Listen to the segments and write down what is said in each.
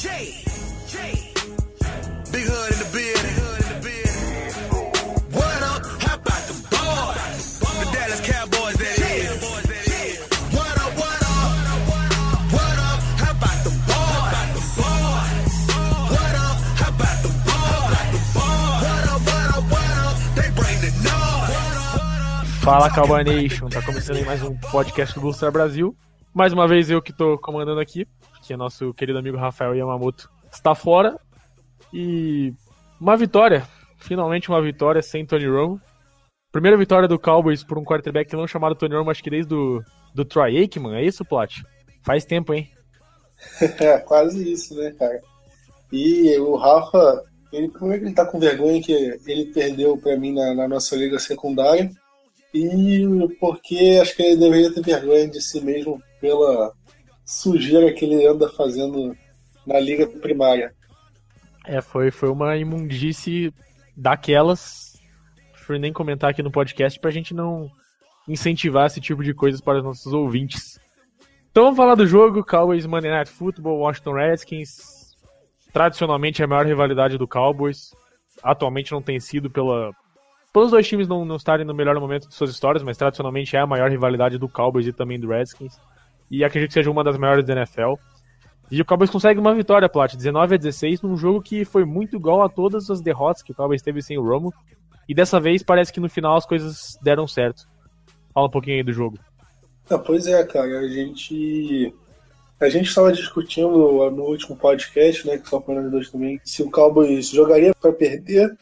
Big hood in the building. What up? How about the boys? The Dallas Cowboys, that is. What up? What up? What up? How about the boys? What up? How about the boys? What up? What up? What up? They bring the noise. Fala, Cowboy Nation, tá começando aí mais um podcast do Bolsar Brasil. Mais uma vez eu que tô comandando aqui, porque nosso querido amigo Rafael Yamamoto está fora. E uma vitória, finalmente uma vitória sem Tony Romo. Primeira vitória do Cowboys por um quarterback não chamado Tony Romo, acho que desde do Troy Aikman, é isso, Plat? Faz tempo, hein? É, quase isso, né, cara? E o Rafa, primeiro que ele tá com vergonha que ele perdeu pra mim na nossa liga secundária, e porque acho que ele deveria ter vergonha de si mesmo pela sujeira que ele anda fazendo na liga primária. Foi uma imundice daquelas. Prefiro nem comentar aqui no podcast pra gente não incentivar esse tipo de coisas para os nossos ouvintes. Então vamos falar do jogo, Cowboys Monday Night Football, Washington Redskins. Tradicionalmente é a maior rivalidade do Cowboys. Atualmente não tem sido pelos dois times não estarem no melhor momento de suas histórias, mas tradicionalmente é a maior rivalidade do Cowboys e também do Redskins. E acredito que seja uma das maiores da NFL. E o Cowboys consegue uma vitória, Plat, 19-16, num jogo que foi muito igual a todas as derrotas que o Cowboys teve sem o Romo. E dessa vez parece que no final as coisas deram certo. Fala um pouquinho aí do jogo. Pois é, cara, a gente estava discutindo no último podcast, né, que só foi nós dois também, se o Cowboys jogaria para perder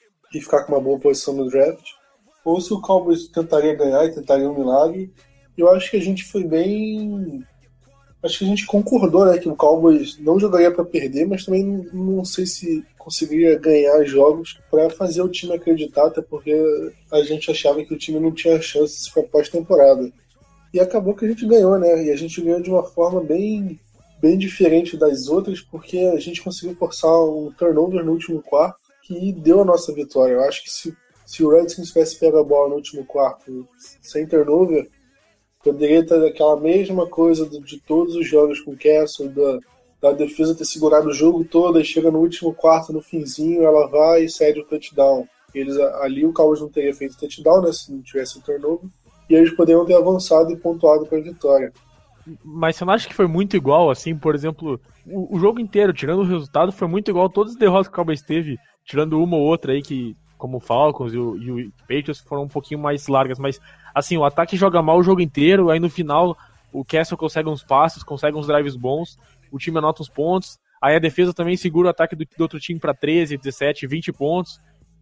e ficar com uma boa posição no draft, ou se o Cowboys tentaria ganhar e tentaria um milagre. Eu acho que a gente foi bem... Acho que a gente concordou, né, que o Cowboys não jogaria para perder, mas também não sei se conseguiria ganhar jogos para fazer o time acreditar, até porque a gente achava que o time não tinha chance para pós-temporada. E acabou que a gente ganhou, né? E a gente ganhou de uma forma bem diferente das outras, porque a gente conseguiu forçar um turnover no último quarto que deu a nossa vitória. Eu acho que se o Redskins tivesse pego a bola no último quarto sem turnover, poderia ter aquela mesma coisa de todos os jogos com o Castle, da defesa ter segurado o jogo todo, e chega no último quarto, no finzinho, ela vai e cede o touchdown. Ali o Cowboys não teria feito touchdown, né, se não tivesse o turnover, e eles poderiam ter avançado e pontuado para a vitória. Mas você não acha que foi muito igual, assim, por exemplo, o jogo inteiro, tirando o resultado, foi muito igual a todas as derrotas que o Cowboys teve, tirando uma ou outra aí que, como o Falcons e o Patriots, foram um pouquinho mais largas, mas assim, o ataque joga mal o jogo inteiro, aí no final o Castle consegue uns passes, consegue uns drives bons, o time anota uns pontos, aí a defesa também segura o ataque do outro time para 13, 17, 20 pontos,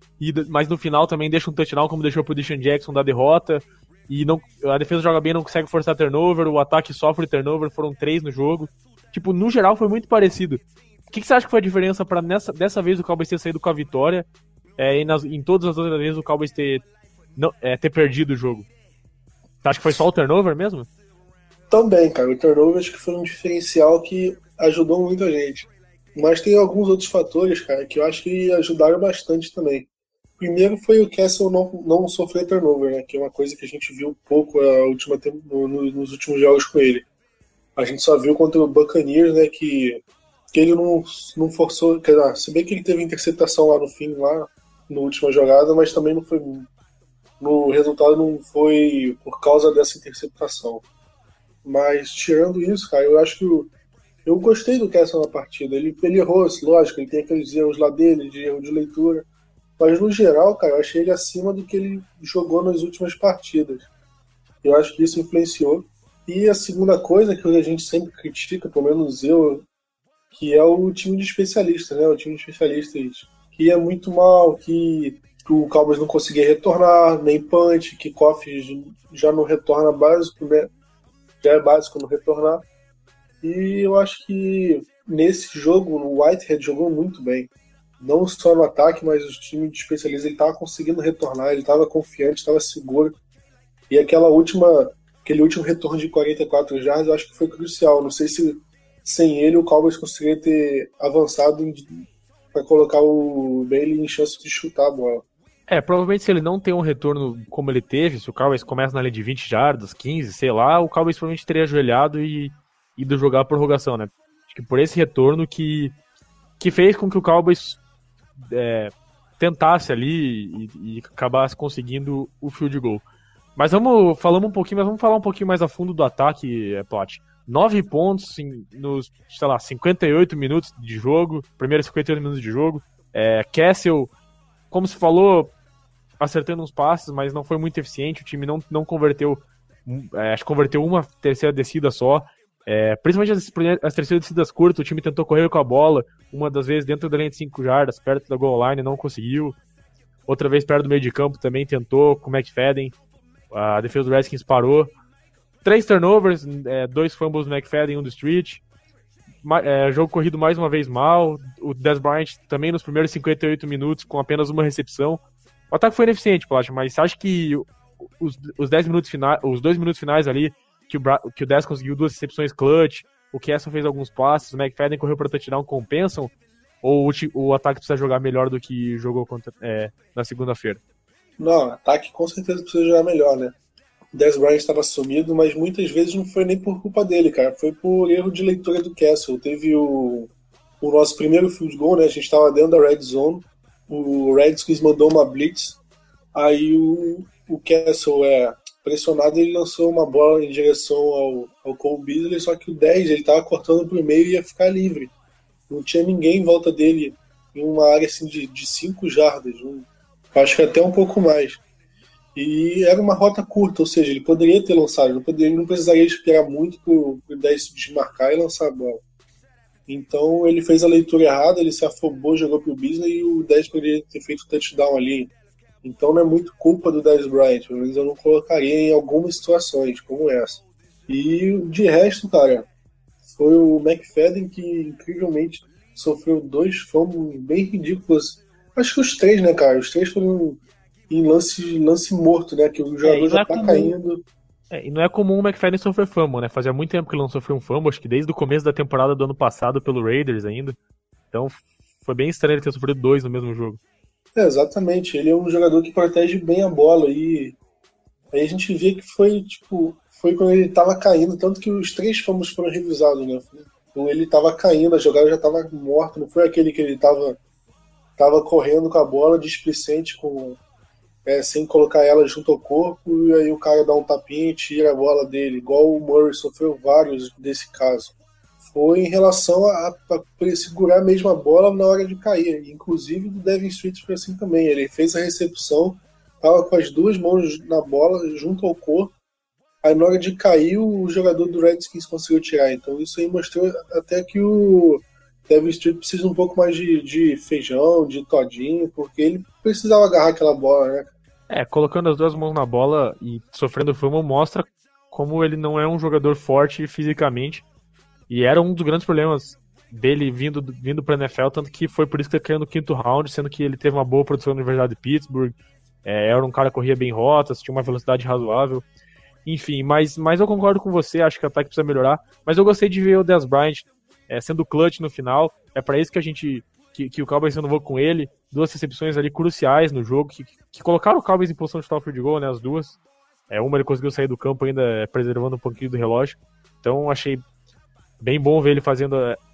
mas no final também deixa um touchdown, como deixou pro Deshaun Jackson da derrota, e a defesa joga bem, não consegue forçar turnover, o ataque sofre turnover, foram 3 no jogo. Tipo, no geral foi muito parecido. O que você acha que foi a diferença para dessa vez o Cowboys ter saído com a vitória e em todas as outras vezes o Cowboys ter perdido o jogo? Você acha que foi só o turnover mesmo? Também, cara, o turnover acho que foi um diferencial que ajudou muito a gente. Mas tem alguns outros fatores, cara, que eu acho que ajudaram bastante também. Primeiro foi o Castle não sofrer turnover, né, que é uma coisa que a gente viu pouco nos últimos jogos com ele. A gente só viu contra o Buccaneers, né, que ele não forçou, quer dizer, se bem que ele teve interceptação lá no fim, lá na última jogada, mas também não foi... No resultado não foi por causa dessa interceptação. Mas tirando isso, cara, eu acho que eu gostei do Castle na partida. Ele errou, lógico, ele tem aqueles erros lá dele, de erro de leitura. Mas no geral, cara, eu achei ele acima do que ele jogou nas últimas partidas. Eu acho que isso influenciou. E a segunda coisa que a gente sempre critica, pelo menos eu, que é o time de especialistas, né? O time de especialistas que é muito mal, que o Cowboys não conseguia retornar, nem punch, que kickoff já não retorna básico, né? Já é básico não retornar. E eu acho que nesse jogo o Whitehead jogou muito bem. Não só no ataque, mas o time de especialistas ele estava conseguindo retornar, ele estava confiante, estava seguro. E aquele último retorno de 44 jardas eu acho que foi crucial. Não sei se sem ele o Cowboys conseguiria ter avançado para colocar o Bailey em chance de chutar a bola. Provavelmente se ele não tem um retorno como ele teve, se o Cowboys começa na linha de 20 jardas, 15, sei lá, o Cowboys provavelmente teria ajoelhado e ido jogar a prorrogação, né? Acho que por esse retorno que fez com que o Cowboys tentasse ali e acabasse conseguindo o field goal. Mas vamos falar um pouquinho mais a fundo do ataque, Plat. 9 pontos nos, 58 minutos de jogo, primeiros 58 minutos de jogo. Kessel, como se falou, acertando uns passes, mas não foi muito eficiente. O time não converteu, acho que converteu uma terceira descida só. Principalmente as terceiras descidas curtas, o time tentou correr com a bola, uma das vezes dentro da linha de 5 jardas, perto da goal line, não conseguiu. Outra vez perto do meio de campo também tentou, com o McFadden. A defesa do Redskins parou. 3 turnovers, 2 fumbles do McFadden e 1 do Street. Jogo corrido mais uma vez mal. O Dez Bryant também nos primeiros 58 minutos com apenas uma recepção. O ataque foi ineficiente, Plat, mas você acha que os 2 minutos finais ali, que o Dez conseguiu 2 recepções clutch, o Kessel fez alguns passes, o McFadden correu para touchdown, compensam? Ou o ataque precisa jogar melhor do que jogou na segunda-feira? Não, o ataque com certeza precisa jogar melhor, né? O Dez Bryant estava sumido, mas muitas vezes não foi nem por culpa dele, cara. Foi por erro de leitura do Kessel. Teve o nosso primeiro field goal, né? A gente estava dentro da red zone. O Redskins mandou uma blitz. Aí o Kessel pressionado, ele lançou uma bola em direção ao Cole Beasley, só que o 10 ele estava cortando pro meio e ia ficar livre. Não tinha ninguém em volta dele em uma área assim de 5 jardas. Acho que até um pouco mais. E era uma rota curta, ou seja, ele poderia ter lançado, ele não precisaria esperar muito pro 10 se desmarcar e lançar a bola. Então ele fez a leitura errada, ele se afobou, jogou pro Beasley e o 10 poderia ter feito o touchdown ali. Então não é muito culpa do Dez Bryant, pelo menos eu não colocaria em algumas situações como essa. E de resto, cara, foi o McFadden que incrivelmente sofreu 2 fumbles bem ridículos. Acho que os 3, né, cara? Os 3 foram em lance morto, né? Que o jogador já tá caindo. E não é comum o McFadden sofrer fumble, né? Fazia muito tempo que ele não sofreu um fumble, acho que desde o começo da temporada do ano passado pelo Raiders ainda. Então foi bem estranho ele ter sofrido 2 no mesmo jogo. Exatamente. Ele é um jogador que protege bem a bola e aí a gente vê que foi quando ele tava caindo, tanto que os 3 fumbles foram revisados, né? Ele tava caindo, a jogada já tava morta, não foi aquele que ele tava correndo com a bola displicente sem colocar ela junto ao corpo, e aí o cara dá um tapinha e tira a bola dele, igual o Murray sofreu vários desse caso. Foi em relação a segurar mesmo a bola na hora de cair. Inclusive o Devin Street foi assim também. Ele fez a recepção, estava com as 2 mãos na bola junto ao corpo, aí na hora de cair o jogador do Redskins conseguiu tirar. Então isso aí mostrou até que o Devin Street precisa um pouco mais de feijão, de todinho, porque ele precisava agarrar aquela bola, né? Colocando as 2 mãos na bola e sofrendo fumble mostra como ele não é um jogador forte fisicamente. E era um dos grandes problemas dele vindo para a NFL, tanto que foi por isso que ele caiu no 5º round, sendo que ele teve uma boa produção na Universidade de Pittsburgh, era um cara que corria bem rotas, tinha uma velocidade razoável. Enfim, mas eu concordo com você, acho que o ataque precisa melhorar, mas eu gostei de ver o Dez Bryant sendo clutch no final, é para isso que o Cowboys renovou com ele, 2 recepções ali cruciais no jogo, que colocaram o Cowboys em posição de chutar o field goal, né, as 2. Uma ele conseguiu sair do campo ainda preservando um pouquinho do relógio, então achei bem bom ver ele fazendo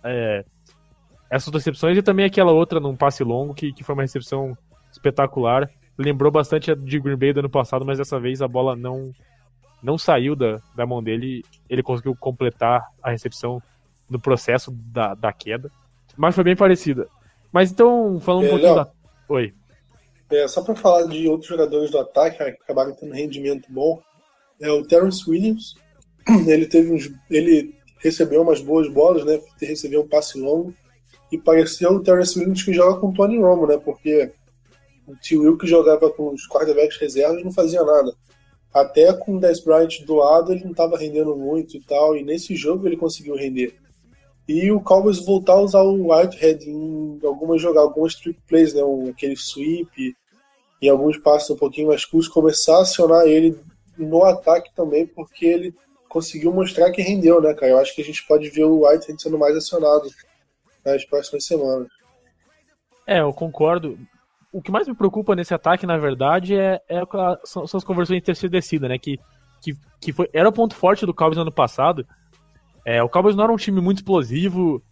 essas recepções, e também aquela outra num passe longo, que foi uma recepção espetacular. Lembrou bastante a de Green Bay do ano passado, mas dessa vez a bola não saiu da mão dele, ele conseguiu completar a recepção no processo da queda. Mas foi bem parecida. Mas então, falando um pouquinho da... Oi. Só para falar de outros jogadores do ataque, cara, que acabaram tendo rendimento bom, o Terrence Williams, ele recebeu umas boas bolas, né? Recebeu um passe longo, e pareceu o Terrence Williams que joga com o Tony Romo, né? Porque o T. Will, que jogava com os quarterbacks reservas, não fazia nada. Até com o Dez Bryant do lado, ele não estava rendendo muito e tal, e nesse jogo ele conseguiu render. E o Cowboys voltar a usar o Whitehead em algumas trick plays, né? Aquele sweep, e alguns passos um pouquinho mais curtos, começar a acionar ele no ataque também, porque ele conseguiu mostrar que rendeu, né, cara? Eu acho que a gente pode ver o Whitehead sendo mais acionado nas próximas semanas. Eu concordo. O que mais me preocupa nesse ataque, na verdade, são as conversões em terceira descida, né? Que era o ponto forte do Cowboys no ano passado. O Cowboys não era um time muito explosivo,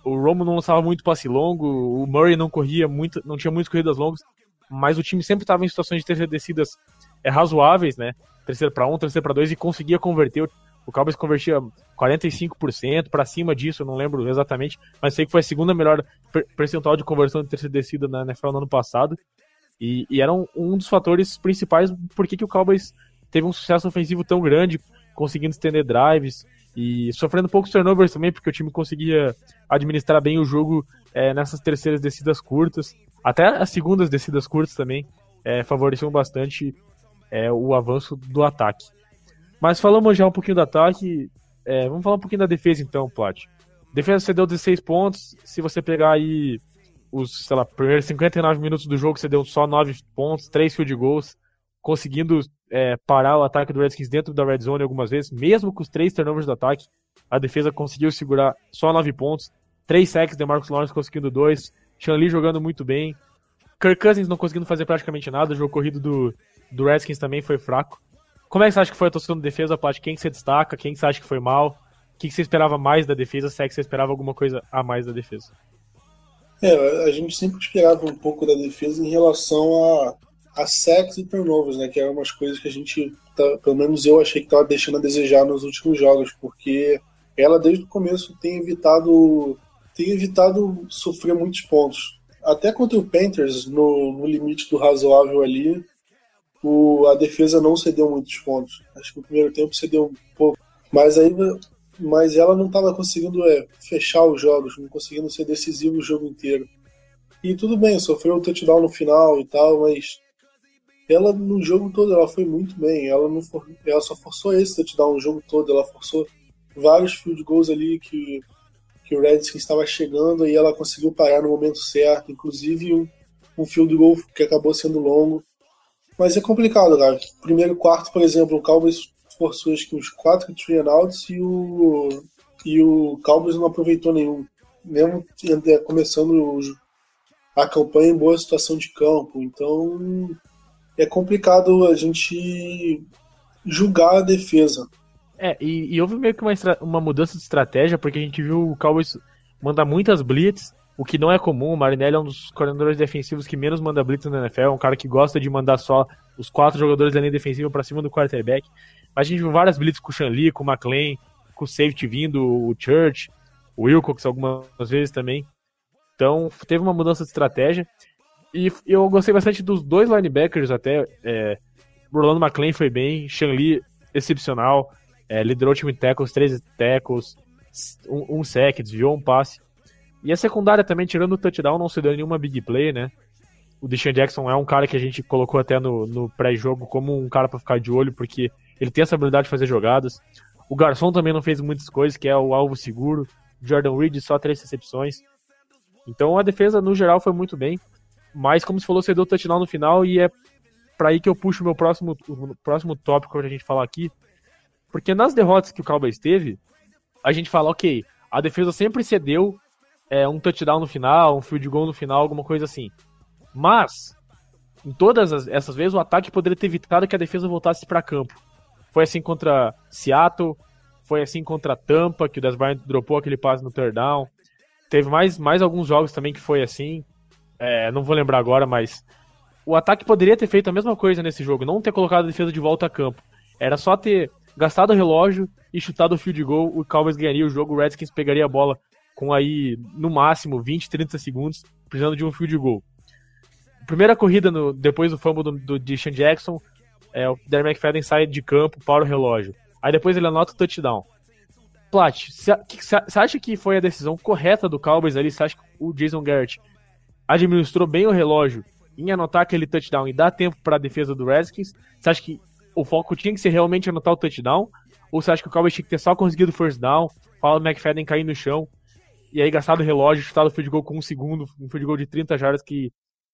o Romo não lançava muito passe longo, o Murray não corria muito, não tinha muitas corridas longas, mas o time sempre estava em situações de terceira descidas razoáveis, né? Terceira para 1, terceira para 2 e conseguia converter. O Cowboys convertia 45% para cima disso, eu não lembro exatamente, mas sei que foi a segunda melhor percentual de conversão de terceira descida na NFL no ano passado. E era um dos fatores principais por que o Cowboys teve um sucesso ofensivo tão grande, conseguindo estender drives e sofrendo poucos turnovers também, porque o time conseguia administrar bem o jogo nessas terceiras descidas curtas. Até as segundas descidas curtas também favoreciam bastante o avanço do ataque. Mas falamos já um pouquinho do ataque, vamos falar um pouquinho da defesa então, Plat. Defesa cedeu 16 pontos, se você pegar aí os, sei lá, primeiros 59 minutos do jogo, você deu só 9 pontos, 3 field goals, conseguindo parar o ataque do Redskins dentro da red zone algumas vezes, mesmo com os 3 turnovers do ataque, a defesa conseguiu segurar só 9 pontos, 3 sacks de Marcus Lawrence conseguindo 2, Sean Lee jogando muito bem, Kirk Cousins não conseguindo fazer praticamente nada, o jogo corrido do Redskins também foi fraco. Como é que você acha que foi a atuação da defesa, Plat? Quem que você destaca? Quem que você acha que foi mal? O que você esperava mais da defesa? Se é que você esperava alguma coisa a mais da defesa? A gente sempre esperava um pouco da defesa em relação a sacks e turnovers, né? Que eram umas coisas que a gente, pelo menos eu achei que estava deixando a desejar nos últimos jogos, porque ela desde o começo tem evitado sofrer muitos pontos. Até contra o Panthers, no limite do razoável ali, a defesa não cedeu muitos pontos. Acho que no primeiro tempo cedeu um pouco. Mas ela não estava conseguindo fechar os jogos, não conseguindo ser decisivo o jogo inteiro. E tudo bem, sofreu o touchdown no final e tal, mas ela no jogo todo ela foi muito bem. Ela só forçou esse touchdown no jogo todo, ela forçou vários field goals ali que o Redskins estava chegando e ela conseguiu parar no momento certo, inclusive um field goal que acabou sendo longo. Mas é complicado, cara. Primeiro quarto, por exemplo, o Cowboys forçou acho que uns 4 three and outs e o Cowboys não aproveitou nenhum. Mesmo começando a campanha em boa situação de campo. Então é complicado a gente julgar a defesa. E houve meio que uma mudança de estratégia, porque a gente viu o Cowboys mandar muitas blitz, o que não é comum. O Marinelli é um dos coordenadores defensivos que menos manda blitz na NFL, é um cara que gosta de mandar só os 4 jogadores da linha defensiva para cima do quarterback. Mas a gente viu várias blitz com o Sean Lee, com o McClain, com o safety vindo, o Church, o Wilcox algumas vezes também. Então teve uma mudança de estratégia. E eu gostei bastante dos 2 linebackers até. Orlando McClain foi bem, Sean Lee excepcional, liderou o time em tackles, 13 tackles, um sack, desviou um passe. E a secundária também, tirando o touchdown, não se deu nenhuma big play, né? O Deshaun Jackson é um cara que a gente colocou até no pré-jogo como um cara para ficar de olho, porque ele tem essa habilidade de fazer jogadas. O Garçom também não fez muitas coisas, que é o alvo seguro. Jordan Reed só 3 recepções. Então a defesa, no geral, foi muito bem. Mas, como você falou, você deu touchdown no final e é para aí que eu puxo o meu próximo tópico pra gente falar aqui. Porque nas derrotas que o Cowboys teve, a gente fala, ok, a defesa sempre cedeu um touchdown no final, um field goal no final, alguma coisa assim. Mas, em todas essas vezes, o ataque poderia ter evitado que a defesa voltasse para campo. Foi assim contra Seattle, foi assim contra Tampa, que o Dez Bryant dropou aquele passe no third down. Teve mais alguns jogos também que foi assim. Não vou lembrar agora, mas o ataque poderia ter feito a mesma coisa nesse jogo, não ter colocado a defesa de volta a campo. Era só ter gastado o relógio e chutado o field goal, o Cowboys ganharia o jogo, o Redskins pegaria a bola com aí, no máximo, 20, 30 segundos, precisando de um field goal. Primeira corrida, depois do fumble do Deshaun Jackson, o Darren McFadden sai de campo, para o relógio. Aí depois ele anota o touchdown. Plat, você acha que foi a decisão correta do Cowboys ali? Você acha que o Jason Garrett administrou bem o relógio em anotar aquele touchdown e dar tempo para a defesa do Redskins? Você acha que o foco tinha que ser realmente anotar o touchdown? Ou você acha que o Cowboys tinha que ter só conseguido o first down, fala o McFadden cair no chão, e aí gastado o relógio, chutado o field goal com um segundo, um field goal de 30 jardas que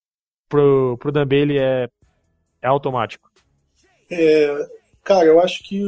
pro Dan Bailey é automático? Cara, eu acho que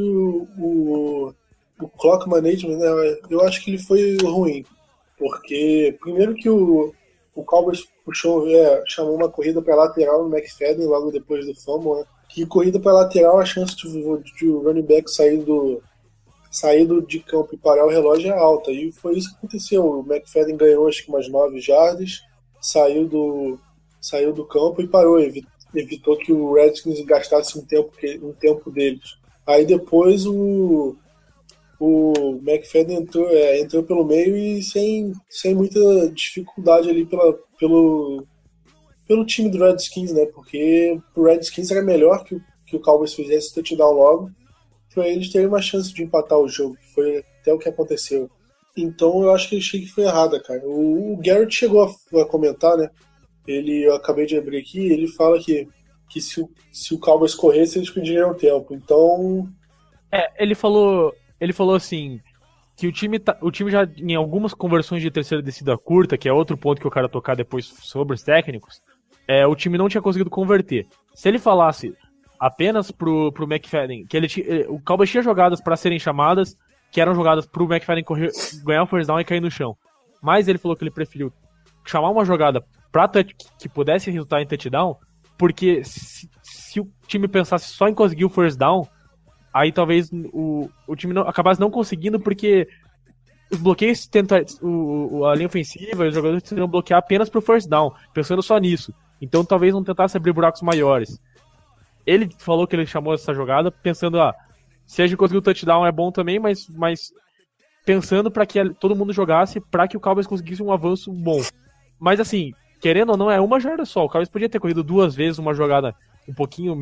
o clock management, né, eu acho que ele foi ruim. Porque, primeiro que o Cowboys chamou uma corrida para lateral no McFadden logo depois do fumble, né? Que corrida para lateral, a chance de o running back sair saído de campo e parar o relógio é alta. E foi isso que aconteceu. O McFadden ganhou acho que umas 9 jardas, saiu do campo e parou. Evitou que o Redskins gastasse um tempo deles. Aí depois o McFadden entrou pelo meio e sem muita dificuldade ali pelo time do Redskins, né? Porque o Redskins era melhor que o Cowboys fizesse touchdown logo, para eles terem uma chance de empatar o jogo, que foi até o que aconteceu. Então eu acho que achei que foi errada, cara. O Garrett chegou a comentar, né? Eu acabei de abrir aqui, ele fala que se o Cowboys corresse, eles pediriam tempo. Então. Ele falou assim que o time já em algumas conversões de terceira descida curta, que é outro ponto que eu quero tocar depois sobre os técnicos, o time não tinha conseguido converter. Se ele falasse apenas pro McFadden que o Cowboys tinha jogadas para serem chamadas, que eram jogadas pro McFadden ganhar o first down e cair no chão. Mas ele falou que ele preferiu chamar uma jogada que pudesse resultar em touchdown, porque se o time pensasse só em conseguir o first down, aí talvez o time acabasse não conseguindo, porque os bloqueios a linha ofensiva e os jogadores teriam bloquear apenas pro first down, pensando só nisso. Então talvez não tentasse abrir buracos maiores. Ele falou que ele chamou essa jogada pensando, se a gente conseguir o touchdown é bom também, mas pensando para que todo mundo jogasse, para que o Cowboys conseguisse um avanço bom. Mas assim, querendo ou não, é uma jarda só. O Cowboys podia ter corrido 2 vezes uma jogada um pouquinho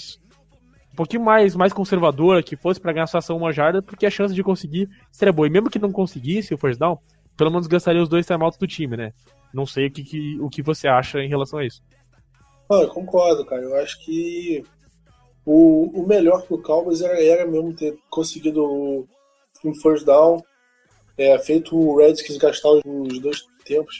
mais conservadora, que fosse para ganhar só uma jarda, porque a chance de conseguir seria boa. E mesmo que não conseguisse o first down, pelo menos gastaria os 2 timeouts do time, né? Não sei o que você acha em relação a isso. Eu concordo, cara. Eu acho que o melhor pro Cowboys era mesmo ter conseguido um first down, feito o Redskins gastar os 2 tempos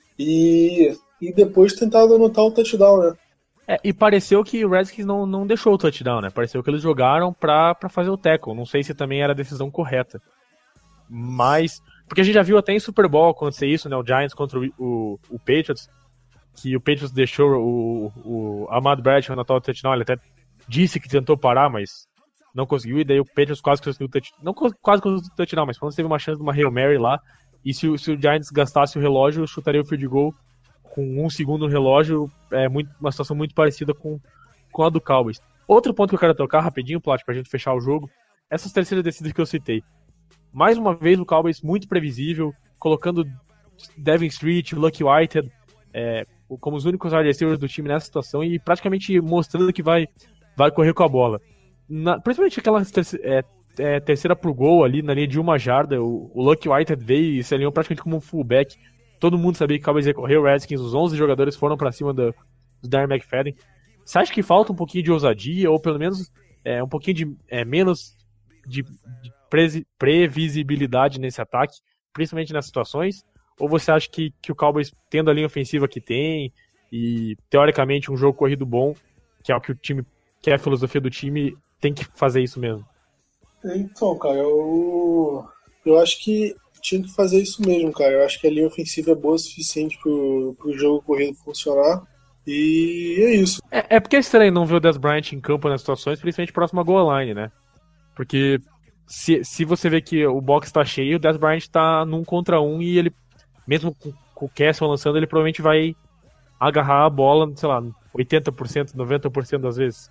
e depois tentado anotar o touchdown, né? E pareceu que o Redskins não deixou o touchdown, né? Pareceu que eles jogaram pra fazer o tackle. Não sei se também era a decisão correta. Mas, porque a gente já viu até em Super Bowl acontecer isso, né? O Giants contra o Patriots, que o Patriots deixou o Ahmad Bradshaw anotar o touchdown. Ele até disse que tentou parar, mas não conseguiu. E daí o Patriots quase conseguiu o touchdown. Não quase conseguiu o touchdown, mas quando teve uma chance de uma Hail Mary lá. E se o Giants gastasse o relógio, chutaria o field goal com 1 segundo no relógio. Uma situação muito parecida com a do Cowboys. Outro ponto que eu quero tocar rapidinho, Plat, pra gente fechar o jogo. Essas terceiras descidas que eu citei. Mais uma vez o Cowboys muito previsível, colocando Devin Street, Lucky Whitehead como os únicos wide receivers do time nessa situação e praticamente mostrando que vai correr com a bola. Principalmente aquela terceira pro gol ali na linha de 1 jarda, o Lucky Whitehead veio e se alinhou praticamente como um fullback. Todo mundo sabia que o Cowboys ia correr, o Redskins, os 11 jogadores foram pra cima do Darren McFadden. Você acha que falta um pouquinho de ousadia, ou pelo menos um pouquinho de menos de previsibilidade nesse ataque, principalmente nessas situações? Ou você acha que o Cowboys, tendo a linha ofensiva que tem, e teoricamente um jogo corrido bom, que é o que o time, que é a filosofia do time, tem que fazer isso mesmo? Então, cara, eu acho que tinha que fazer isso mesmo, cara. Eu acho que a linha ofensiva é boa o suficiente pro jogo corrido funcionar. E é isso. Porque é estranho não ver o Dez Bryant em campo nas situações, principalmente próximo à goal line, né? Porque se você vê que o box tá cheio, o Dez Bryant tá num contra um e ele, mesmo com o Castle lançando, ele provavelmente vai agarrar a bola, sei lá, 80%, 90% das vezes.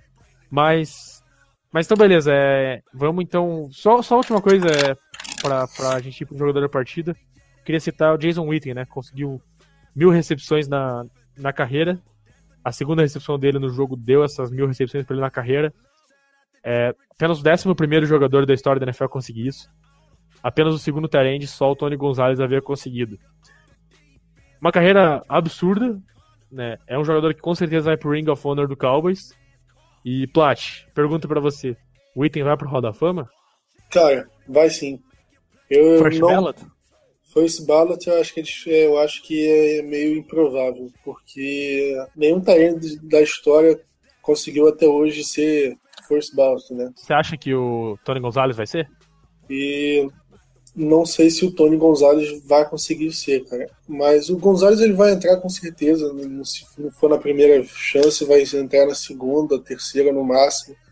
Mas então beleza, vamos então. Só a última coisa pra gente ir pro jogador da partida. Queria citar o Jason Witten, né? Conseguiu 1000 recepções na carreira. A segunda recepção dele no jogo deu essas 1000 recepções pra ele na carreira. Apenas o 11º jogador da história da NFL a conseguir isso. Apenas o segundo tight end, só o Tony Gonzalez havia conseguido. Uma carreira absurda, né? É um jogador que com certeza vai pro Ring of Honor do Cowboys. E, Plat, pergunta pra você, o Witten vai pro Hall da Fama? Cara, vai sim. First ballot? First ballot eu acho que é meio improvável, porque nenhum talento da história conseguiu até hoje ser first ballot, né? Você acha que o Tony Gonzalez vai ser? E não sei se o Tony Gonzalez vai conseguir ser, cara. Mas o Gonzalez ele vai entrar com certeza. Se não for na primeira chance, vai entrar na segunda, terceira no máximo.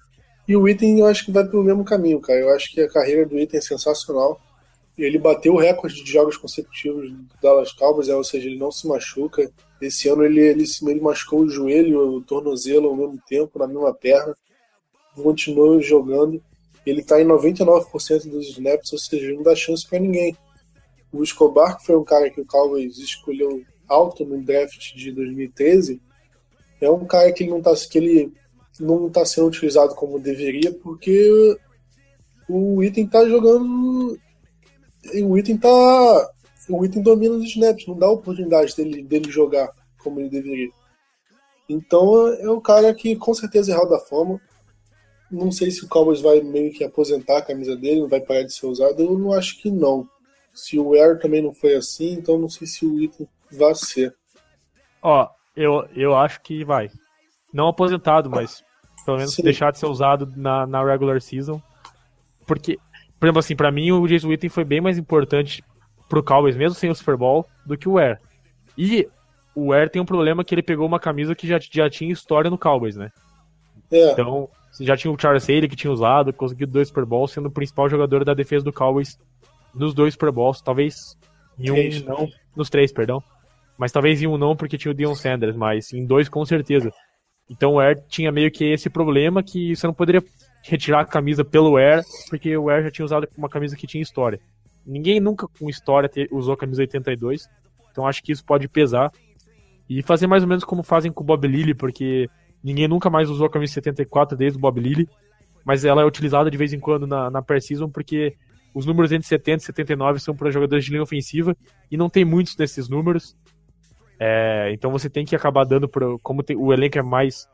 E o Witten eu acho que vai pelo mesmo caminho, cara. Eu acho que a carreira do Witten é sensacional. Ele bateu o recorde de jogos consecutivos do Dallas Cowboys, ou seja, ele não se machuca. Esse ano ele machucou o joelho e o tornozelo ao mesmo tempo, na mesma perna. Continuou jogando. Ele está em 99% dos snaps, ou seja, não dá chance para ninguém. O Escobar, que foi um cara que o Cowboys escolheu alto no draft de 2013, é um cara que ele não tá sendo utilizado como deveria, porque o Witten tá jogando. O Witten domina os snaps, não dá oportunidade dele jogar como ele deveria. Então é um cara que com certeza é Hall da Fama. Não sei se o Cowboys vai meio que aposentar a camisa dele, não vai parar de ser usado. Eu não acho que não. Se o Ware também não foi assim, então não sei se o Witten vai ser. Ó, eu acho que vai. Não aposentado, mas pelo menos Sim. deixar de ser usado na regular season. Porque, por exemplo, assim, pra mim o Jason Witten foi bem mais importante pro Cowboys, mesmo sem o Super Bowl, do que o Ware. E o Ware tem um problema que ele pegou uma camisa que já tinha história no Cowboys, né? É, Então, já tinha o Charles Haley que tinha usado, conseguiu 2 Super Bowls, sendo o principal jogador da defesa do Cowboys nos 2 Super Bowls, talvez em um Três. não, nos 3, perdão. Mas talvez em um não, porque tinha o Deion Sanders, mas em 2 com certeza. Então o Ware tinha meio que esse problema que você não poderia retirar a camisa pelo Ware, porque o Ware já tinha usado uma camisa que tinha história. Ninguém nunca com história usou a camisa 82, então acho que isso pode pesar. E fazer mais ou menos como fazem com o Bob Lilly, porque ninguém nunca mais usou a camisa 74 desde o Bob Lilly, mas ela é utilizada de vez em quando na pre-season, porque os números entre 70 e 79 são para jogadores de linha ofensiva, e não tem muitos desses números. Então você tem que acabar dando, como o elenco é mais,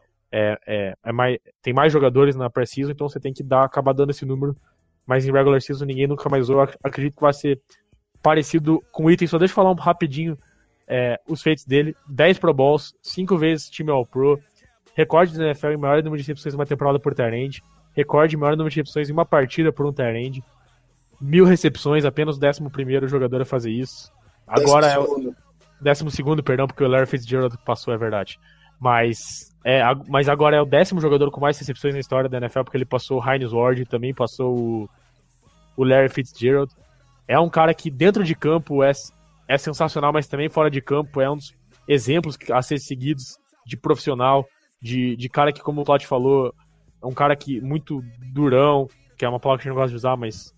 tem mais jogadores na pre-season, então você tem que acabar dando esse número, mas em regular season ninguém nunca mais usou. Acredito que vai ser parecido com o Item. Só deixa eu falar rapidinho os feitos dele: 10 Pro Bowls, 5 vezes time All-Pro, recorde da NFL em maior número de recepções em uma temporada por tight end, recorde em maior número de recepções em uma partida por um tight end, 1.000 recepções, apenas o 11º jogador a fazer isso. Agora é o 12º, perdão, porque o Larry Fitzgerald passou, é verdade. Mas agora é o 10º jogador com mais recepções na história da NFL, porque ele passou o Hines Ward e também passou o Larry Fitzgerald. É um cara que dentro de campo é sensacional, mas também fora de campo é um dos exemplos a ser seguidos de profissional, de cara que, como o Todd falou, é um cara que muito durão, que é uma palavra que a gente não gosta de usar, mas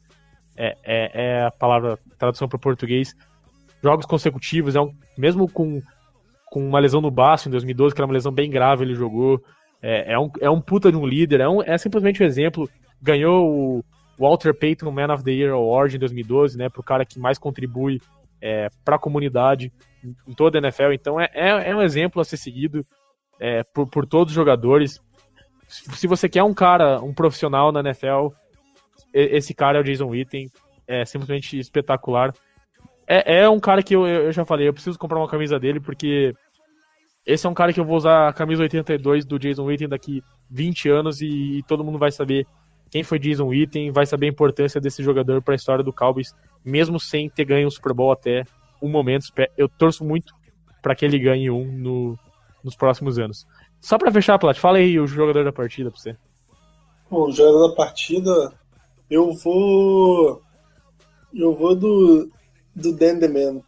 é a palavra, tradução para o português. Jogos consecutivos, mesmo com uma lesão no baço em 2012, que era uma lesão bem grave, ele jogou. É um puta de um líder, é simplesmente um exemplo. Ganhou o Walter Payton Man of the Year Award em 2012, né, pro cara que mais contribui para a comunidade em toda a NFL. Então é um exemplo a ser seguido por todos os jogadores. Se você quer um profissional na NFL, esse cara é o Jason Witten, é simplesmente espetacular. É um cara que eu já falei, eu preciso comprar uma camisa dele, porque esse é um cara que eu vou usar a camisa 82 do Jason Witten daqui 20 anos e todo mundo vai saber quem foi Jason Witten, vai saber a importância desse jogador para a história do Cowboys, mesmo sem ter ganho um Super Bowl até o momento. Eu torço muito para que ele ganhe nos próximos anos. Só para fechar, Plat, fala aí o jogador da partida para você. Bom, o jogador da partida, eu vou do Dan The Man.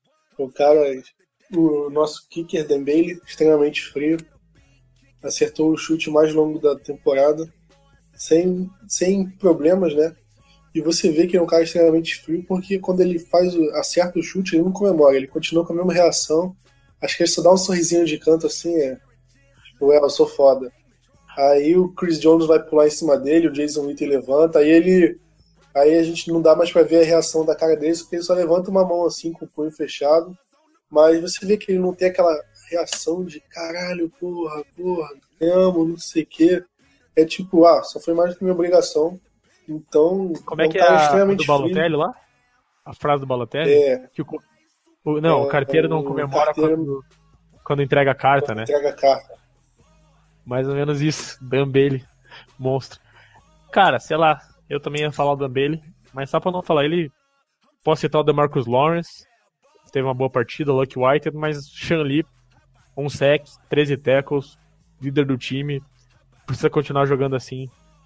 O nosso kicker Dan Bailey, extremamente frio, acertou o chute mais longo da temporada, sem problemas, né? E você vê que é um cara extremamente frio, porque quando ele acerta o chute, ele não comemora, ele continua com a mesma reação. Acho que ele só dá um sorrisinho de canto assim, tipo, eu sou foda. Aí o Chris Jones vai pular em cima dele, o Jason Witten levanta, aí a gente não dá mais pra ver a reação da cara dele, porque ele só levanta uma mão assim, com o punho fechado. Mas você vê que ele não tem aquela reação de caralho, porra, amo, não sei o quê. É tipo, só foi mais do que minha obrigação. Então, como é que um cara é a extremamente do Balotelli frio. lá? A frase do Balotelli? Que o carteiro não comemora quando entrega a carta, né? Entrega a carta. Mais ou menos isso. Dan Bailey, monstro. Cara, sei lá, eu também ia falar o Dan Bailey, mas só pra não falar ele, posso citar o DeMarcus Lawrence, teve uma boa partida, Lucky Whitehead, mas Sean Lee, um sack, 13 tackles, líder do time, precisa continuar jogando assim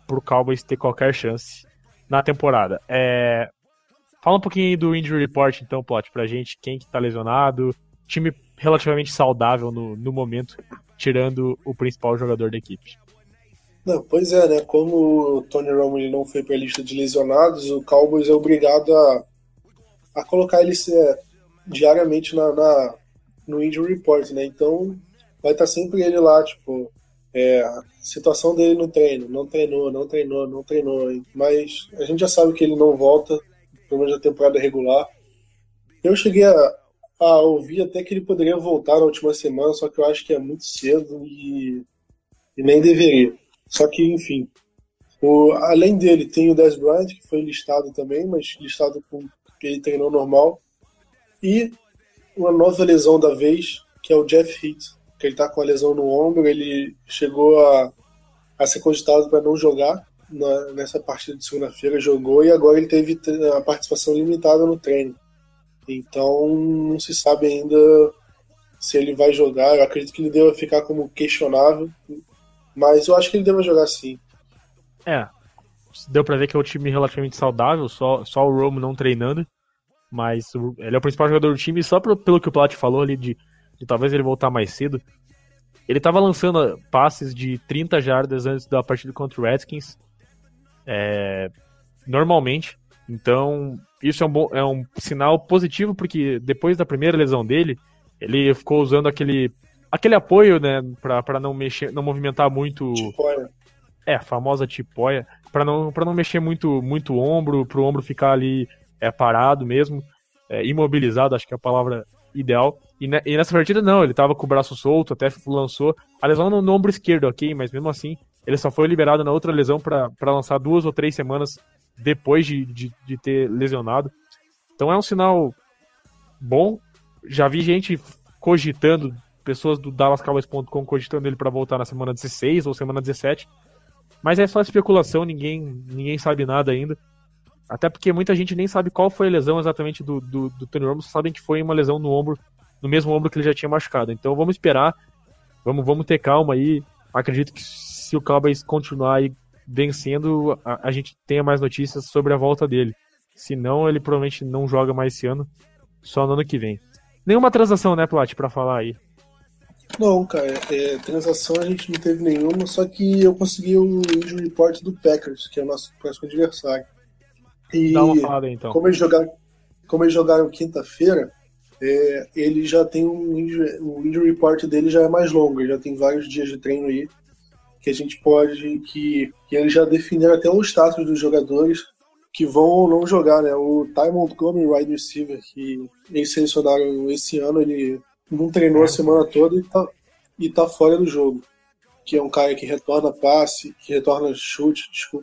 pro Cowboys ter qualquer chance na temporada. Fala um pouquinho aí do Injury Report, então, Plot, pra gente, quem que tá lesionado, time relativamente saudável no momento, tirando o principal jogador da equipe. Não, pois é, né? Como o Tony Romo ele não foi para a lista de lesionados, o Cowboys é obrigado a colocar ele diariamente no Injury Report, né? Então vai estar sempre ele lá, tipo, a situação dele no treino, não treinou, mas a gente já sabe que ele não volta, pelo menos na temporada regular. Eu cheguei a ouvir até que ele poderia voltar na última semana, só que eu acho que é muito cedo e nem deveria. Só que, enfim, além dele tem o Dez Bryant, que foi listado também, mas listado com que ele treinou normal. E uma nova lesão da vez, que é o Jeff Heath, que ele está com a lesão no ombro. Ele chegou a ser cogitado para não jogar nessa partida de segunda-feira, jogou, e agora ele teve a participação limitada no treino. Então não se sabe ainda se ele vai jogar. Eu acredito que ele deva ficar como questionável, mas eu acho que ele deve jogar sim. Deu pra ver que é um time relativamente saudável, só o Romo não treinando, mas ele é o principal jogador do time, e só pelo que o Plat falou ali de talvez ele voltar mais cedo, ele tava lançando passes de 30 jardas antes da partida contra o Redskins, normalmente, então isso é um sinal positivo, porque depois da primeira lesão dele, ele ficou usando aquele apoio, né, pra não mexer, não movimentar muito. Tipóia. A famosa tipóia, pra não mexer muito o ombro, pro ombro ficar ali parado mesmo, imobilizado, acho que é a palavra ideal. E nessa partida não, ele tava com o braço solto, até lançou a lesão no ombro esquerdo, ok, mas mesmo assim, ele só foi liberado na outra lesão pra lançar 2 ou 3 semanas depois de ter lesionado. Então é um sinal bom. Já vi gente cogitando, pessoas do DallasCowboys.com cogitando ele para voltar na semana 16 ou semana 17, mas é só especulação, ninguém sabe nada ainda, até porque muita gente nem sabe qual foi a lesão exatamente do Tony Romo, só sabem que foi uma lesão no mesmo ombro que ele já tinha machucado. Então vamos esperar, vamos ter calma aí. Acredito que se o Cowboys continuar aí vencendo, a gente tenha mais notícias sobre a volta dele. Se não, ele provavelmente não joga mais esse ano, só no ano que vem. Nenhuma transação, né, Plat, pra falar aí? Não, cara, transação a gente não teve nenhuma, só que eu consegui o injury report do Packers, que é o nosso próximo adversário. E Dá uma falada aí, então. Como eles jogaram quinta-feira, ele já tem o injury report dele já é mais longo, ele já tem vários dias de treino aí, que a gente que eles já definiram até o status dos jogadores que vão ou não jogar, né? O Ty Montgomery, wide receiver, que eles selecionaram esse ano, ele não treinou a semana toda e tá fora do jogo. Que é um cara que retorna passe, que retorna chute, desculpa.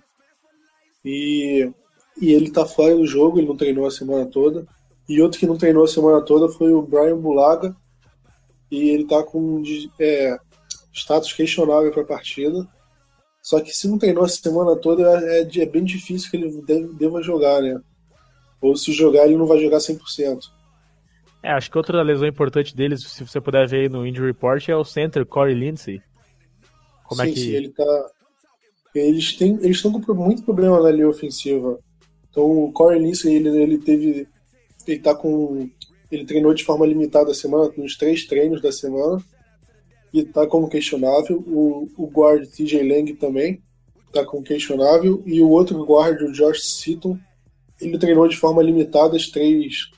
E ele tá fora do jogo, ele não treinou a semana toda. E outro que não treinou a semana toda foi o Brian Bulaga. E ele tá com status questionável para a partida. Só que se não treinou a semana toda, é bem difícil que ele deva jogar, né? Ou se jogar, ele não vai jogar 100%. Acho que outra lesão importante deles, se você puder ver aí no Injury Report, é o center Corey Lindsey. Sim, ele tá... Eles estão com muito problema na linha ofensiva. Então o Corey Lindsey, ele treinou de forma limitada a semana, nos 3 treinos da semana, e tá como questionável. O guard TJ Lang também tá como questionável, e o outro guard, o Josh Seaton, ele treinou de forma limitada os 3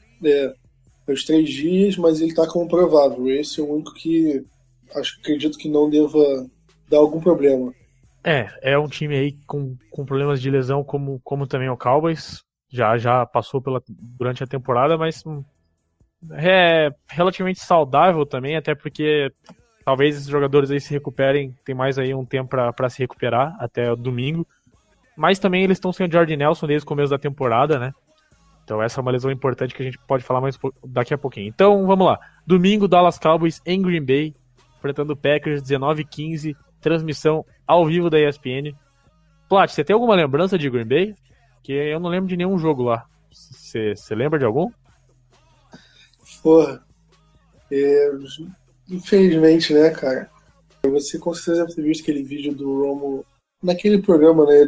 dias, mas ele tá como provável. Esse é o único que acredito que não deva dar algum problema. É um time aí com problemas de lesão, como também o Cowboys. Já passou durante a temporada, mas é relativamente saudável também, até porque talvez esses jogadores aí se recuperem, tem mais aí um tempo para se recuperar até o domingo. Mas também eles estão sem o Jordy Nelson desde o começo da temporada, né? Então essa é uma lesão importante que a gente pode falar mais daqui a pouquinho. Então vamos lá. Domingo, Dallas Cowboys em Green Bay, enfrentando o Packers, 19h15, transmissão ao vivo da ESPN. Plat, você tem alguma lembrança de Green Bay? Que eu não lembro de nenhum jogo lá. Você lembra de algum? Porra. Infelizmente, né, cara? Você com certeza deve ter visto aquele vídeo do Romo naquele programa, né,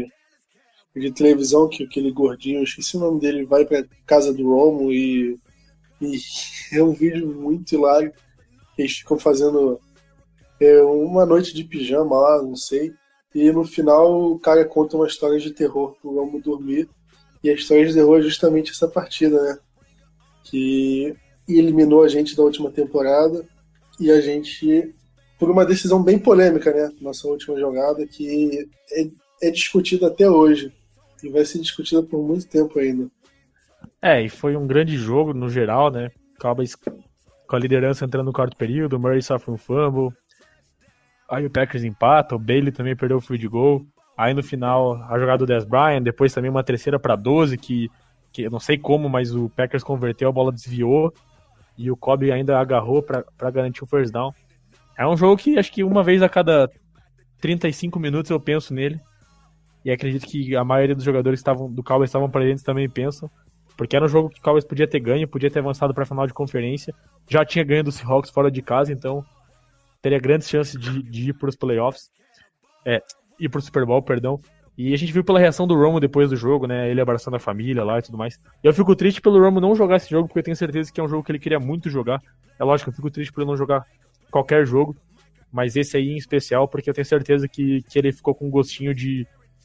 de televisão que aquele gordinho, eu esqueci o nome dele, vai pra casa do Romo e é um vídeo muito hilário. Eles ficam fazendo uma noite de pijama lá, não sei. E no final o cara conta uma história de terror pro Romo dormir. E a história de terror é justamente essa partida, né? Que eliminou a gente da última temporada. E a gente, por uma decisão bem polêmica, né? Nossa última jogada, que é discutida até hoje. E vai ser discutida por muito tempo ainda. E foi um grande jogo no geral, né? Cowboys com a liderança entrando no quarto período, o Murray sofre um fumble, aí o Packers empata, o Bailey também perdeu o field goal, aí no final a jogada do Dez Bryant, depois também uma terceira para 12, que eu não sei como, mas o Packers converteu, a bola desviou, e o Cobb ainda agarrou para garantir o first down. É um jogo que acho que uma vez a cada 35 minutos eu penso nele, e acredito que a maioria dos jogadores do Cowboys estavam presentes também pensam, porque era um jogo que o Cowboys podia ter ganho, podia ter avançado para a final de conferência, já tinha ganho do Seahawks fora de casa, então teria grandes chances de ir para os playoffs, ir para o Super Bowl, perdão. E a gente viu pela reação do Romo depois do jogo, né, ele abraçando a família lá e tudo mais. E eu fico triste pelo Romo não jogar esse jogo, porque eu tenho certeza que é um jogo que ele queria muito jogar. É lógico, eu fico triste por ele não jogar qualquer jogo, mas esse aí em especial, porque eu tenho certeza que ele ficou com um gostinho de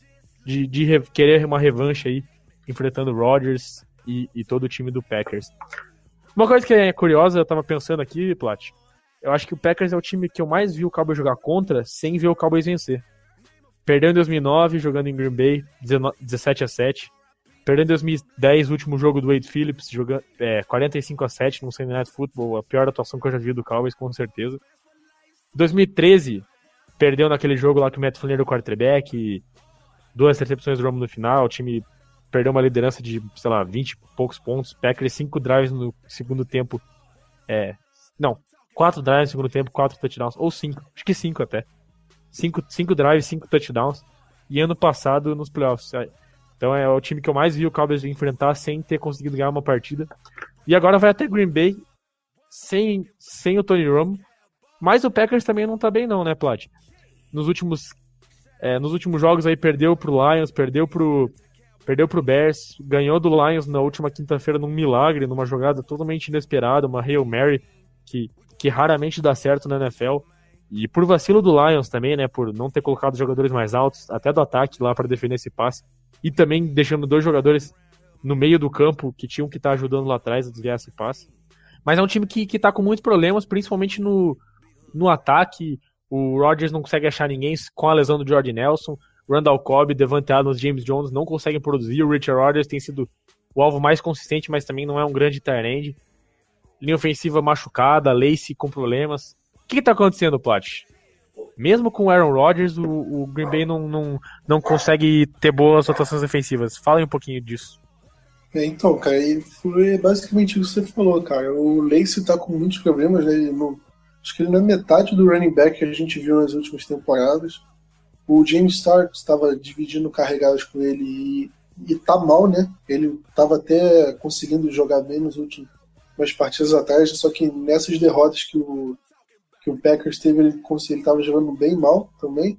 querer uma revanche aí, enfrentando o Rodgers e todo o time do Packers. Uma coisa que é curiosa, eu tava pensando aqui, Plat, eu acho que o Packers é o time que eu mais vi o Cowboys jogar contra sem ver o Cowboys vencer. Perdeu em 2009, jogando em Green Bay, 17-7. Perdeu em 2010, o último jogo do Wade Phillips, jogando 45-7 no Sunday Night Football, a pior atuação que eu já vi do Cowboys, com certeza. 2013, perdeu naquele jogo lá que o Matt Flynn era o quarterback, 2 recepções do Romo no final, o time perdeu uma liderança de, 20 e poucos pontos, Packers 5 drives no segundo tempo, 4 drives no segundo tempo, 4 touchdowns, ou 5, acho que 5 até. 5 drives, 5 touchdowns, e ano passado nos playoffs. Então é o time que eu mais vi o Cowboys enfrentar sem ter conseguido ganhar uma partida. E agora vai até Green Bay, sem o Tony Romo, mas o Packers também não tá bem não, né, Plat? Nos últimos jogos aí perdeu pro Lions, perdeu pro Bears, ganhou do Lions na última quinta-feira num milagre, numa jogada totalmente inesperada, uma Hail Mary que raramente dá certo na NFL. E por vacilo do Lions também, né, por não ter colocado jogadores mais altos, até do ataque lá para defender esse passe, e também deixando 2 jogadores no meio do campo que tinham que estar ajudando lá atrás a desviar esse passe. Mas é um time que tá com muitos problemas, principalmente no ataque. O Rodgers não consegue achar ninguém com a lesão do Jordy Nelson. Randall Cobb, Devante Adams, James Jones não conseguem produzir. O Richard Rodgers tem sido o alvo mais consistente, mas também não é um grande tight end. Linha ofensiva machucada, Lacey com problemas. O que tá acontecendo, Plat? Mesmo com o Aaron Rodgers, o Green Bay não consegue ter boas rotações defensivas. Fala aí um pouquinho disso. Então, cara, e foi basicamente o que você falou, cara. O Lacey tá com muitos problemas, né? Acho que ele não é metade do running back que a gente viu nas últimas temporadas. O James Starks estava dividindo carregadas com ele e tá mal, né? Ele estava até conseguindo jogar bem nas últimas partidas atrás, só que nessas derrotas que o Packers teve, ele estava jogando bem mal também.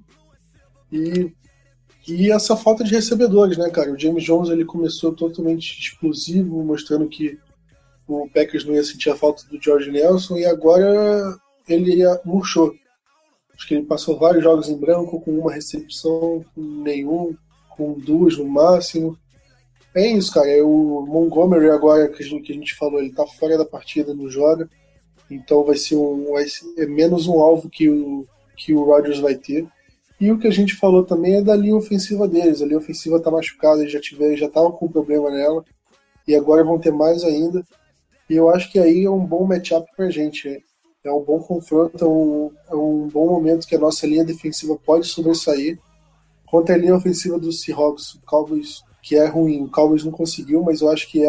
E essa falta de recebedores, né, cara? O James Jones ele começou totalmente explosivo, mostrando que o Packers não ia sentir a falta do Jordy Nelson, e agora ele murchou. Acho que ele passou vários jogos em branco, com uma recepção, com nenhum, com 2 no máximo. É isso, cara. O Montgomery agora, que a gente falou, ele tá fora da partida, não joga. Então vai ser menos um alvo que o Rodgers vai ter. E o que a gente falou também é da linha ofensiva deles. A linha ofensiva tá machucada, eles já estavam com problema nela. E agora vão ter mais ainda. E eu acho que aí é um bom matchup pra gente. É um bom confronto, é um bom momento que a nossa linha defensiva pode sobressair. Contra a linha ofensiva do Seahawks, o Cowboys, que é ruim, o Cowboys não conseguiu, mas eu acho que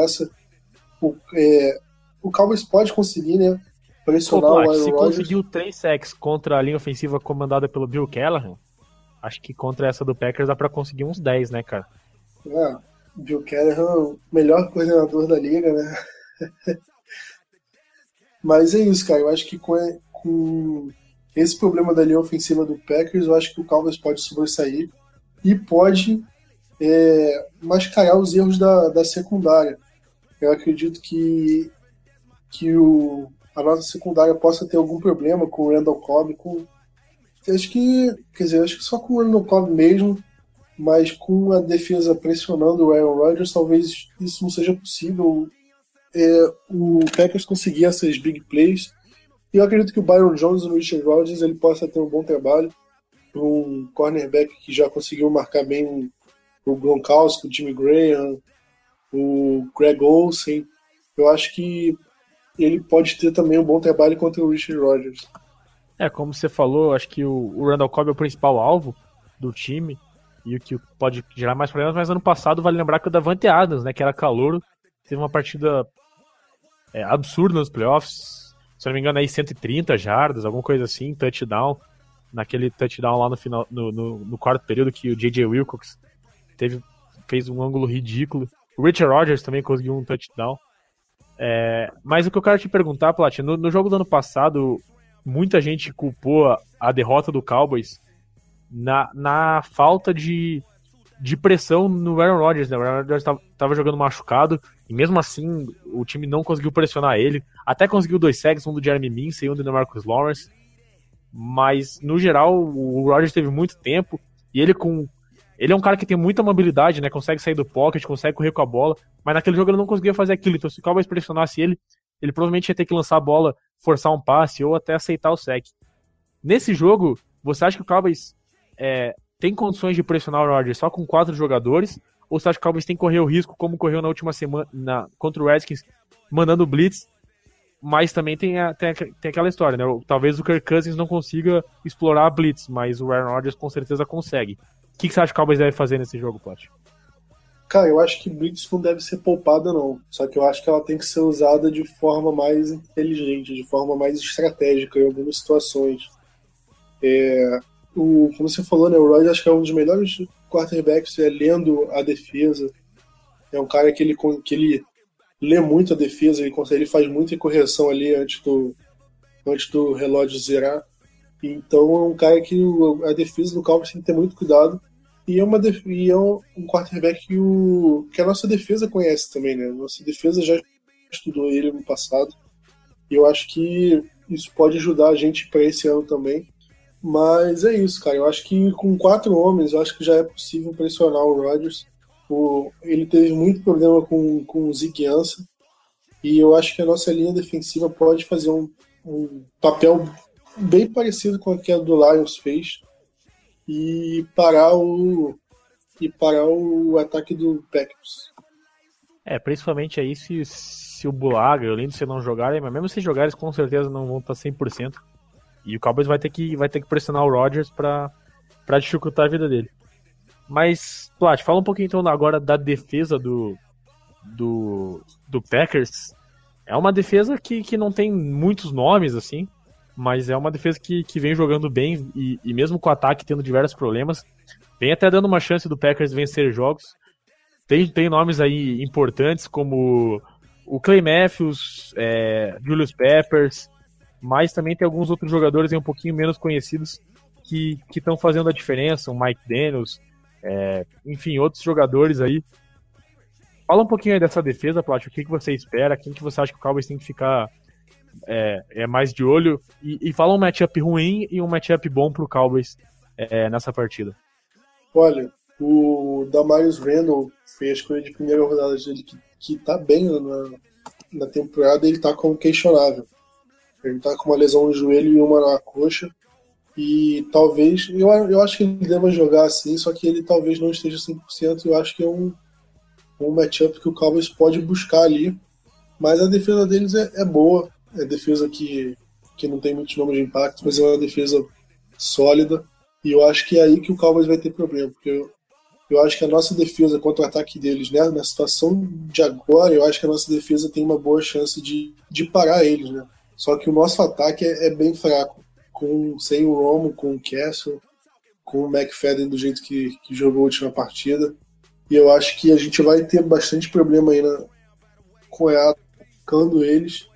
o Cowboys pode conseguir, né? Pressionar o Aaron Rodgers. Se conseguiu 3 sacks contra a linha ofensiva comandada pelo Bill Callahan, acho que contra essa do Packers dá pra conseguir uns 10, né, cara? Bill Callahan, o melhor coordenador da liga, né? Mas é isso, cara. Eu acho que com esse problema da linha ofensiva do Packers, eu acho que o Cowboys pode sobressair e pode mascarar os erros da secundária. Eu acredito que a nossa secundária possa ter algum problema com o Randall Cobb, acho que só com o Randall Cobb mesmo, mas com a defesa pressionando o Aaron Rodgers, talvez isso não seja possível. O Packers conseguir essas big plays. E eu acredito que o Byron Jones e o Richard Rodgers ele possa ter um bom trabalho. Um cornerback que já conseguiu marcar bem o Gronkowski, o Jimmy Graham, o Greg Olsen. Eu acho que ele pode ter também um bom trabalho contra o Richard Rodgers. Como você falou, acho que o Randall Cobb é o principal alvo do time e o que pode gerar mais problemas, mas ano passado vale lembrar que o Davante Adams, né, que era calouro, teve uma partida absurda nos playoffs, se eu não me engano aí 130 jardas, alguma coisa assim, touchdown, naquele touchdown lá no final, no quarto período que o J.J. Wilcox fez um ângulo ridículo. O Richard Rodgers também conseguiu um touchdown. Mas o que eu quero te perguntar, Plat, no jogo do ano passado, muita gente culpou a derrota do Cowboys na falta de pressão no Aaron Rodgers, né? O Aaron Rodgers estava jogando machucado e mesmo assim o time não conseguiu pressionar ele. Até conseguiu 2 sacks, um do Jeremy Mincey e um do DeMarcus Lawrence. Mas no geral o Rodgers teve muito tempo e ele é um cara que tem muita mobilidade, né? Consegue sair do pocket, consegue correr com a bola, mas naquele jogo ele não conseguia fazer aquilo. Então se o Cowboys pressionasse ele provavelmente ia ter que lançar a bola, forçar um passe ou até aceitar o sack. Nesse jogo, você acha que o Cowboys tem condições de pressionar o Rodgers só com 4 jogadores? Ou você acha que o Cowboys tem que correr o risco, como correu na última semana contra o Redskins, mandando blitz? Mas também tem aquela história, né? Talvez o Kirk Cousins não consiga explorar a blitz, mas o Aaron Rodgers com certeza consegue. O que você acha que o Cowboys deve fazer nesse jogo, Plat? Cara, eu acho que blitz não deve ser poupada, não. Só que eu acho que ela tem que ser usada de forma mais inteligente, de forma mais estratégica em algumas situações. Como você falou, né, o Rodgers acho que é um dos melhores quarterbacks lendo a defesa. É um cara que ele lê muito a defesa, ele faz muita correção ali antes do relógio zerar. Então é um cara que a defesa do Cowboys tem que ter muito cuidado. E é um quarterback que a nossa defesa conhece também, né? Nossa defesa já estudou ele no passado. E eu acho que isso pode ajudar a gente para esse ano também. Mas é isso, cara. Eu acho que com 4 homens, eu acho que já é possível pressionar o Rodgers. Ele teve muito problema com o Ziggy Ansah. E eu acho que a nossa linha defensiva pode fazer um papel bem parecido com o que a do Lions fez. E parar o ataque do Packers. Principalmente aí se o Bulaga e o Lindsay não jogarem, mas mesmo se jogarem, com certeza não vão estar 100%. E o Cowboys vai ter que pressionar o Rodgers para dificultar a vida dele. Mas, Plat, fala um pouquinho então agora da defesa do Packers. É uma defesa que não tem muitos nomes, assim, mas é uma defesa que vem jogando bem e mesmo com o ataque tendo diversos problemas, vem até dando uma chance do Packers vencer jogos. Tem nomes aí importantes como o Clay Matthews, Julius Peppers, mas também tem alguns outros jogadores aí um pouquinho menos conhecidos que estão fazendo a diferença, o Mike Daniels, enfim, outros jogadores aí. Fala um pouquinho aí dessa defesa, Plat, o que você espera, quem que você acha que o Cowboys tem que ficar mais de olho, e fala um matchup ruim e um matchup bom pro Cowboys nessa partida. Olha, o Damarius Randall foi a escolha de primeira rodada dele que tá bem na temporada, ele tá como questionável. Ele tá com uma lesão no joelho e uma na coxa. E talvez, eu acho que ele deva jogar assim, só que ele talvez não esteja 100%. Eu acho que é um matchup que o Cowboys pode buscar ali. Mas a defesa deles é boa. É defesa que não tem muitos nomes de impacto, mas é uma defesa sólida. E eu acho que é aí que o Cowboys vai ter problema. Porque eu acho que a nossa defesa contra o ataque deles, né, na situação de agora, eu acho que a nossa defesa tem uma boa chance de parar eles, né? Só que o nosso ataque é bem fraco. Sem o Romo, com o Castle, com o McFadden do jeito que jogou a última partida. E eu acho que a gente vai ter bastante problema aí atacando eles.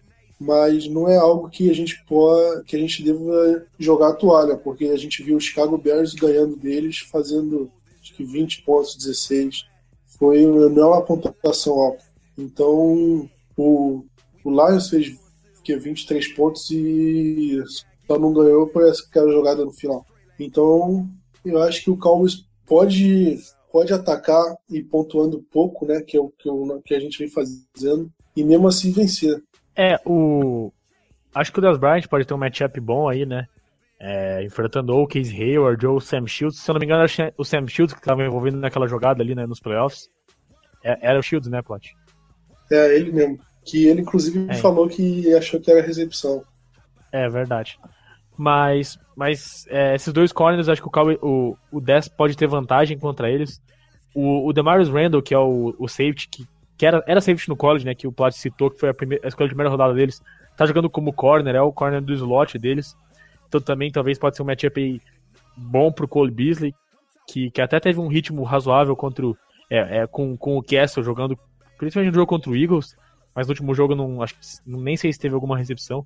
mas não é algo que a gente deva jogar a toalha, porque a gente viu o Chicago Bears ganhando deles, fazendo acho que 20 pontos, 16. Não é uma pontuação alta. Então, o Lions fez 23 pontos e só não ganhou por aquela jogada no final. Então, eu acho que o Cowboys pode atacar e pontuando pouco, né, que é o que a gente vem fazendo, e mesmo assim vencer. Acho que o Dez Bryant pode ter um matchup bom aí, né? Enfrentando ou o Case Hayward ou o Sam Shields. Se eu não me engano, era o Sam Shields que estava envolvido naquela jogada ali, né, nos playoffs. Era o Shields, né, Plot? É, ele mesmo. Que ele, inclusive, falou que achou que era recepção. É verdade. Mas esses dois corners, acho que o Dez pode ter vantagem contra eles. O Demarius Randall, que é o safety, que era safety no college, né, que o Plot citou, que foi a escolha de primeira rodada deles, tá jogando como corner, é o corner do slot deles. Então também talvez pode ser um matchup aí bom pro Cole Beasley, que até teve um ritmo razoável contra com o Castle jogando, principalmente no jogo contra o Eagles, mas no último jogo nem sei se teve alguma recepção.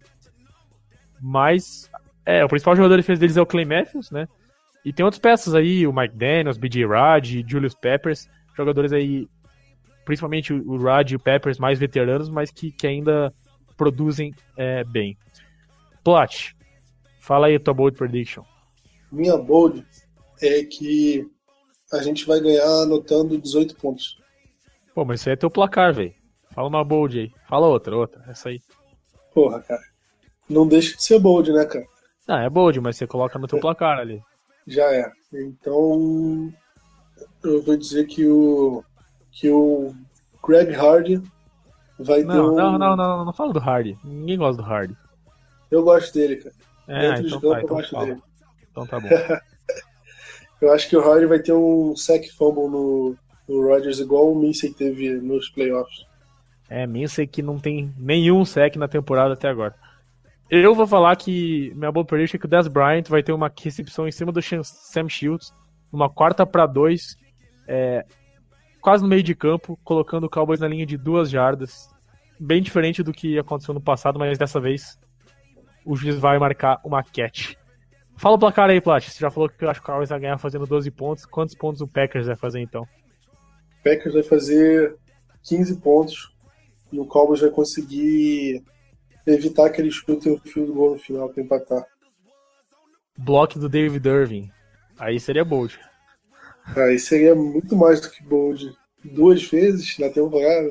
Mas o principal jogador de defesa deles é o Clay Matthews, né? E tem outras peças aí, o Mike Daniels, B.J. Raj, Julius Peppers, jogadores aí, principalmente o Raj e o Peppers mais veteranos, mas que ainda produzem bem. Plot, fala aí a tua bold prediction. Minha bold é que a gente vai ganhar anotando 18 pontos. Pô, mas isso aí é teu placar, velho. Fala uma bold aí. Fala outra, essa aí. Porra, cara. Não deixa de ser bold, né, cara? Não, é bold, mas você coloca no teu placar ali. Já é. Então, eu vou dizer que o Greg Hardy vai ter Não fala do Hardy. Ninguém gosta do Hardy. Eu gosto dele, cara. Dentro de campo eu gosto dele. Então tá bom. Eu acho que o Hardy vai ter um sack fumble no Rodgers igual o Minshew teve nos playoffs. Minshew que não tem nenhum sack na temporada até agora. Eu vou falar que minha boa prediction é que o Dez Bryant vai ter uma recepção em cima do Sam Shields, uma 4-2, quase no meio de campo, colocando o Cowboys na linha de 2 jardas. Bem diferente do que aconteceu no passado, mas dessa vez o juiz vai marcar uma catch. Fala o placar aí, Plat. Você já falou que eu acho que o Cowboys vai ganhar fazendo 12 pontos. Quantos pontos o Packers vai fazer, então? O Packers vai fazer 15 pontos e o Cowboys vai conseguir evitar que eles chutem o field goal no final para empatar. Bloco do David Irving. Aí seria bold. Aí seria muito mais do que bold. 2 vezes na temporada.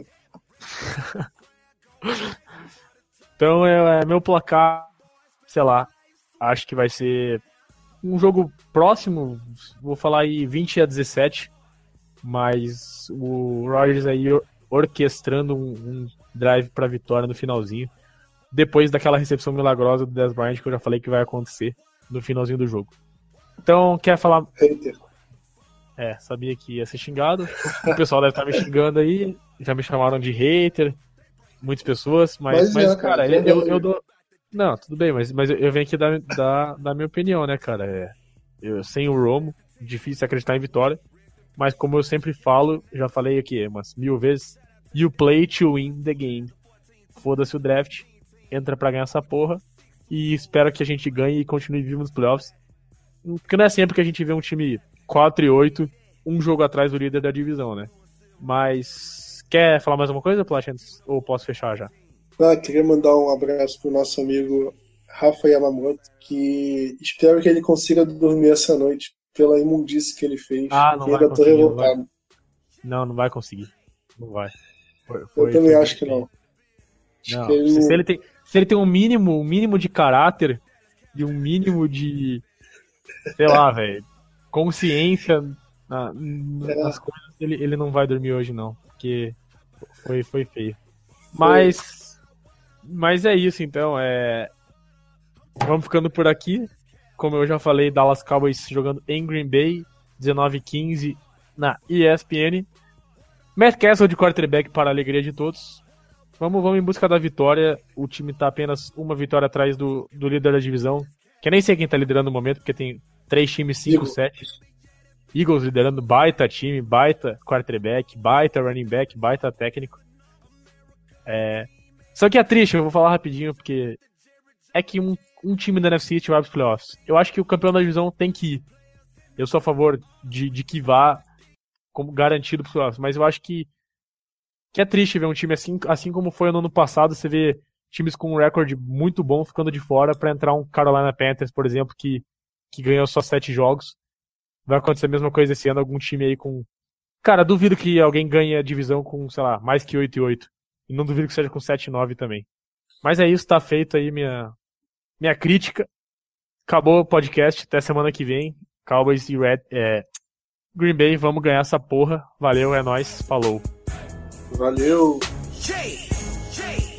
Então, meu placar, sei lá, acho que vai ser um jogo próximo, vou falar aí 20-17, mas o Rodgers aí orquestrando um drive para vitória no finalzinho, depois daquela recepção milagrosa do Dez Bryant que eu já falei que vai acontecer no finalzinho do jogo. Então, quer falar... Hater. Sabia que ia ser xingado. O pessoal deve estar me xingando aí, já me chamaram de hater, muitas pessoas, mas cara, eu dou... Não, tudo bem, mas eu venho aqui dar minha opinião, né, cara? Sem o Romo, difícil acreditar em vitória, mas como eu sempre falo, já falei aqui umas 1000 vezes, you play to win the game. Foda-se o draft, entra pra ganhar essa porra, e espero que a gente ganhe e continue vivo nos playoffs. Porque não é sempre que a gente vê um time 4-8, um jogo atrás do líder da divisão, né? Mas, quer falar mais alguma coisa, Plat, ou posso fechar já? Queria mandar um abraço pro nosso amigo Rafa Yamamoto, que espero que ele consiga dormir essa noite pela imundície que ele fez. Não vai conseguir, revoltado. Não vai conseguir. Não vai. Eu também acho que não. Não. Se ele tem um mínimo de caráter e um mínimo de, sei lá, velho, consciência nas coisas, ele não vai dormir hoje não, porque foi feio. Mas é isso, então. Vamos ficando por aqui. Como eu já falei, Dallas Cowboys jogando em Green Bay, 19-15 na ESPN. Matt Castle de quarterback para a alegria de todos. Vamos em busca da vitória. O time está apenas uma vitória atrás do líder da divisão, que eu nem sei quem está liderando no momento, porque tem 3 times 5-7. Eagles liderando, baita time, baita quarterback, baita running back, baita técnico. Só que é triste, eu vou falar rapidinho, porque é que um time da NFC vai pros playoffs. Eu acho que o campeão da divisão tem que ir. Eu sou a favor de que vá como garantido pros playoffs, mas eu acho que é triste ver um time assim como foi no ano passado, você vê times com um recorde muito bom ficando de fora pra entrar um Carolina Panthers, por exemplo, que ganhou só 7 jogos. Vai acontecer a mesma coisa esse ano, algum time aí com... Cara, duvido que alguém ganhe a divisão com, sei lá, mais que 8-8. E não duvido que seja com 7-9 também. Mas é isso, tá feito aí minha crítica. Acabou o podcast, até semana que vem. Cowboys e Green Bay, vamos ganhar essa porra. Valeu, é nóis, falou. Valeu. Jay.